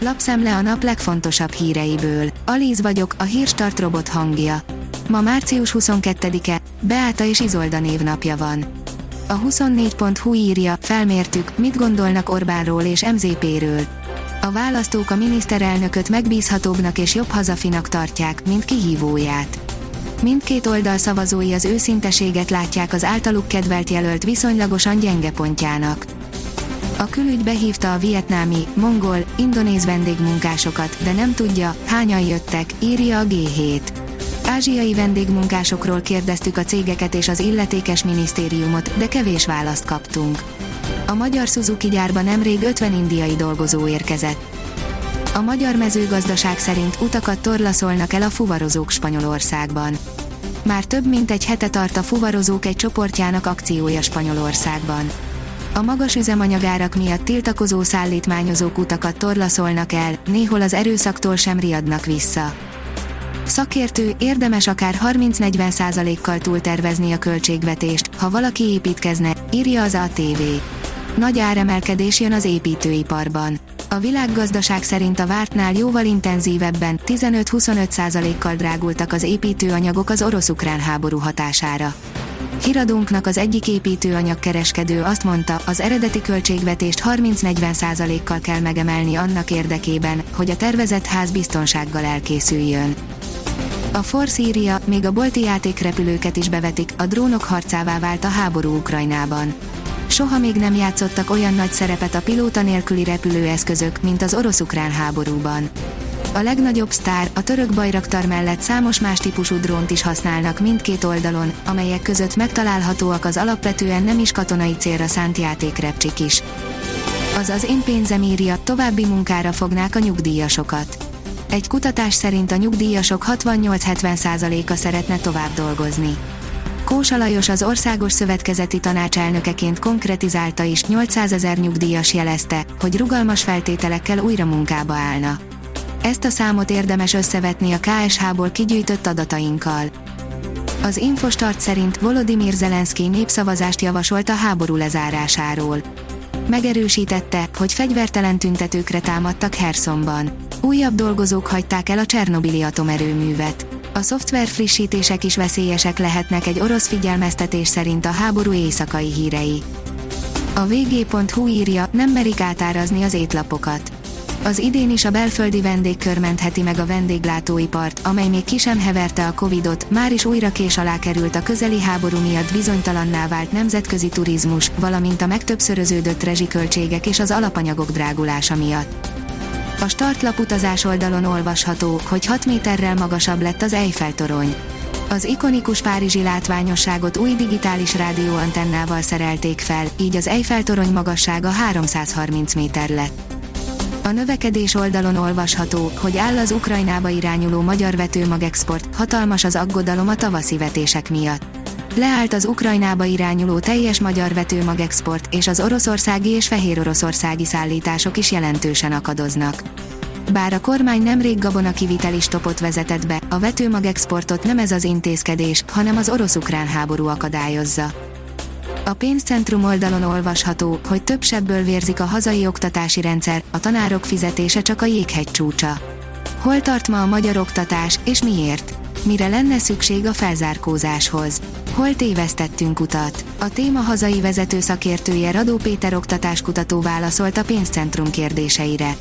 Lapszemle a nap legfontosabb híreiből. Alíz vagyok, a Hírstart robot hangja. Ma március 22-e, Beáta és Izolda névnapja van. A 24.hu írja, felmértük, mit gondolnak Orbánról és MZP-ről. A választók a miniszterelnököt megbízhatóbbnak és jobb hazafinak tartják, mint kihívóját. Mindkét oldal szavazói az őszinteséget látják az általuk kedvelt jelölt viszonylagosan gyenge pontjának. A külügy behívta a vietnámi, mongol, indonéz vendégmunkásokat, de nem tudja, hányan jöttek, írja a G7. Ázsiai vendégmunkásokról kérdeztük a cégeket és az illetékes minisztériumot, de kevés választ kaptunk. A magyar Suzuki gyárba nemrég 50 indiai dolgozó érkezett. A magyar mezőgazdaság szerint utakat torlaszolnak el a fuvarozók Spanyolországban. Már több mint egy hete tart a fuvarozók egy csoportjának akciója Spanyolországban. A magas üzemanyagárak miatt tiltakozó szállítmányozók utakat torlaszolnak el, néhol az erőszaktól sem riadnak vissza. Szakértő, érdemes akár 30-40%-kal túltervezni a költségvetést, ha valaki építkezne, írja az ATV. Nagy áremelkedés jön az építőiparban. A világgazdaság szerint a vártnál jóval intenzívebben, 15-25%-kal drágultak az építőanyagok az orosz-ukrán háború hatására. Híradónknak az egyik építőanyagkereskedő azt mondta, az eredeti költségvetést 30-40%-kal kell megemelni annak érdekében, hogy a tervezett ház biztonsággal elkészüljön. A Force írja, még a bolti játékrepülőket is bevetik, a drónok harcává vált a háború Ukrajnában. Soha még nem játszottak olyan nagy szerepet a pilóta nélküli repülőeszközök, mint az orosz-ukrán háborúban. A legnagyobb sztár, a török Bajraktar mellett számos más típusú drónt is használnak mindkét oldalon, amelyek között megtalálhatóak az alapvetően nem is katonai célra szánt játékrepcsik is. Az Én pénzem írja, további munkára fognák a nyugdíjasokat. Egy kutatás szerint a nyugdíjasok 68-70%-a szeretne tovább dolgozni. Kósa Lajos az Országos Szövetkezeti Tanács elnökeként konkretizálta is, 800 000 nyugdíjas jelezte, hogy rugalmas feltételekkel újra munkába állna. Ezt a számot érdemes összevetni a KSH-ból kigyűjtött adatainkkal. Az Infostart szerint Volodymyr Zelenszkij népszavazást javasolt a háború lezárásáról. Megerősítette, hogy fegyvertelen tüntetőkre támadtak Hersonban. Újabb dolgozók hagyták el a csernobili atomerőművet. A szoftver frissítések is veszélyesek lehetnek egy orosz figyelmeztetés szerint a háború éjszakai hírei. A vg.hu írja, nem merik átárazni az étlapokat. Az idén is a belföldi vendégkör mentheti meg a vendéglátóipart, amely még ki sem heverte a Covidot, már is újra kés alá került a közeli háború miatt bizonytalanná vált nemzetközi turizmus, valamint a megtöbbszöröződött rezsiköltségek és az alapanyagok drágulása miatt. A startlap utazás oldalon olvasható, hogy 6 méterrel magasabb lett az Eiffel-torony. Az ikonikus párizsi látványosságot új digitális rádióantennával szerelték fel, így az Eiffel-torony magassága 330 méter lett. A növekedés oldalon olvasható, hogy áll az Ukrajnába irányuló magyar vetőmagexport, hatalmas az aggodalom a tavaszi vetések miatt. Leállt az Ukrajnába irányuló teljes magyar vetőmagexport, és az oroszországi és fehéroroszországi szállítások is jelentősen akadoznak. Bár a kormány nemrég gabonakiviteli stoppot vezetett be, a vetőmagexportot nem ez az intézkedés, hanem az orosz-ukrán háború akadályozza. A pénzcentrum oldalon olvasható, hogy több sebből vérzik a hazai oktatási rendszer, a tanárok fizetése csak a jéghegy csúcsa. Hol tart ma a magyar oktatás, és miért? Mire lenne szükség a felzárkózáshoz? Hol tévesztettünk utat? A téma hazai vezető szakértője Radó Péter oktatáskutató válaszolt a pénzcentrum kérdéseire.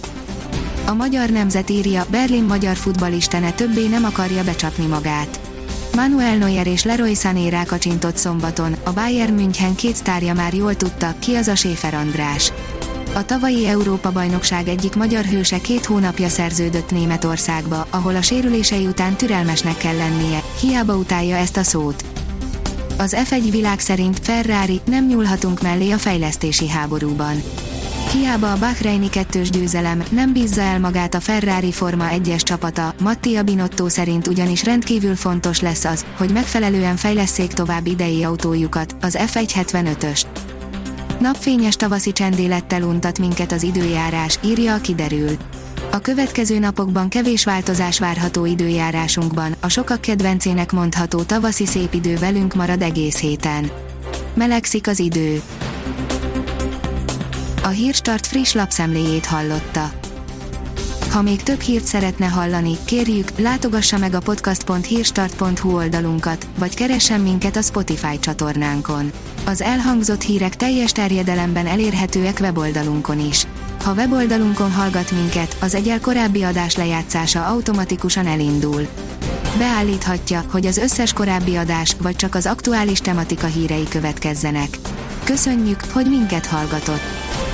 A Magyar Nemzet írja, Berlin magyar futballistene többé nem akarja becsapni magát. Manuel Neuer és Leroy Sané rákacsintott szombaton, a Bayern München két sztárja már jól tudta, ki az a Schäfer András. A tavalyi Európa-bajnokság egyik magyar hőse 2 hónapja szerződött Németországba, ahol a sérülései után türelmesnek kell lennie, hiába utálja ezt a szót. Az F1 világ szerint Ferrari, nem nyúlhatunk mellé a fejlesztési háborúban. Hiába a bahreini 2-s győzelem, nem bízza el magát a Ferrari Forma 1-es csapata, Mattia Binotto szerint ugyanis rendkívül fontos lesz az, hogy megfelelően fejlesszék tovább idei autójukat, az F1-75-öst. Napfényes tavaszi csendélettel untat minket az időjárás, írja a Kiderül. A következő napokban kevés változás várható időjárásunkban, a sokak kedvencének mondható tavaszi szép idő velünk marad egész héten. Melegszik az idő. A Hírstart friss lapszemléjét hallotta. Ha még több hírt szeretne hallani, kérjük, látogassa meg a podcast.hírstart.hu oldalunkat, vagy keressen minket a Spotify csatornánkon. Az elhangzott hírek teljes terjedelemben elérhetőek weboldalunkon is. Ha weboldalunkon hallgat minket, az egyel korábbi adás lejátszása automatikusan elindul. Beállíthatja, hogy az összes korábbi adás, vagy csak az aktuális tematika hírei következzenek. Köszönjük, hogy minket hallgatott!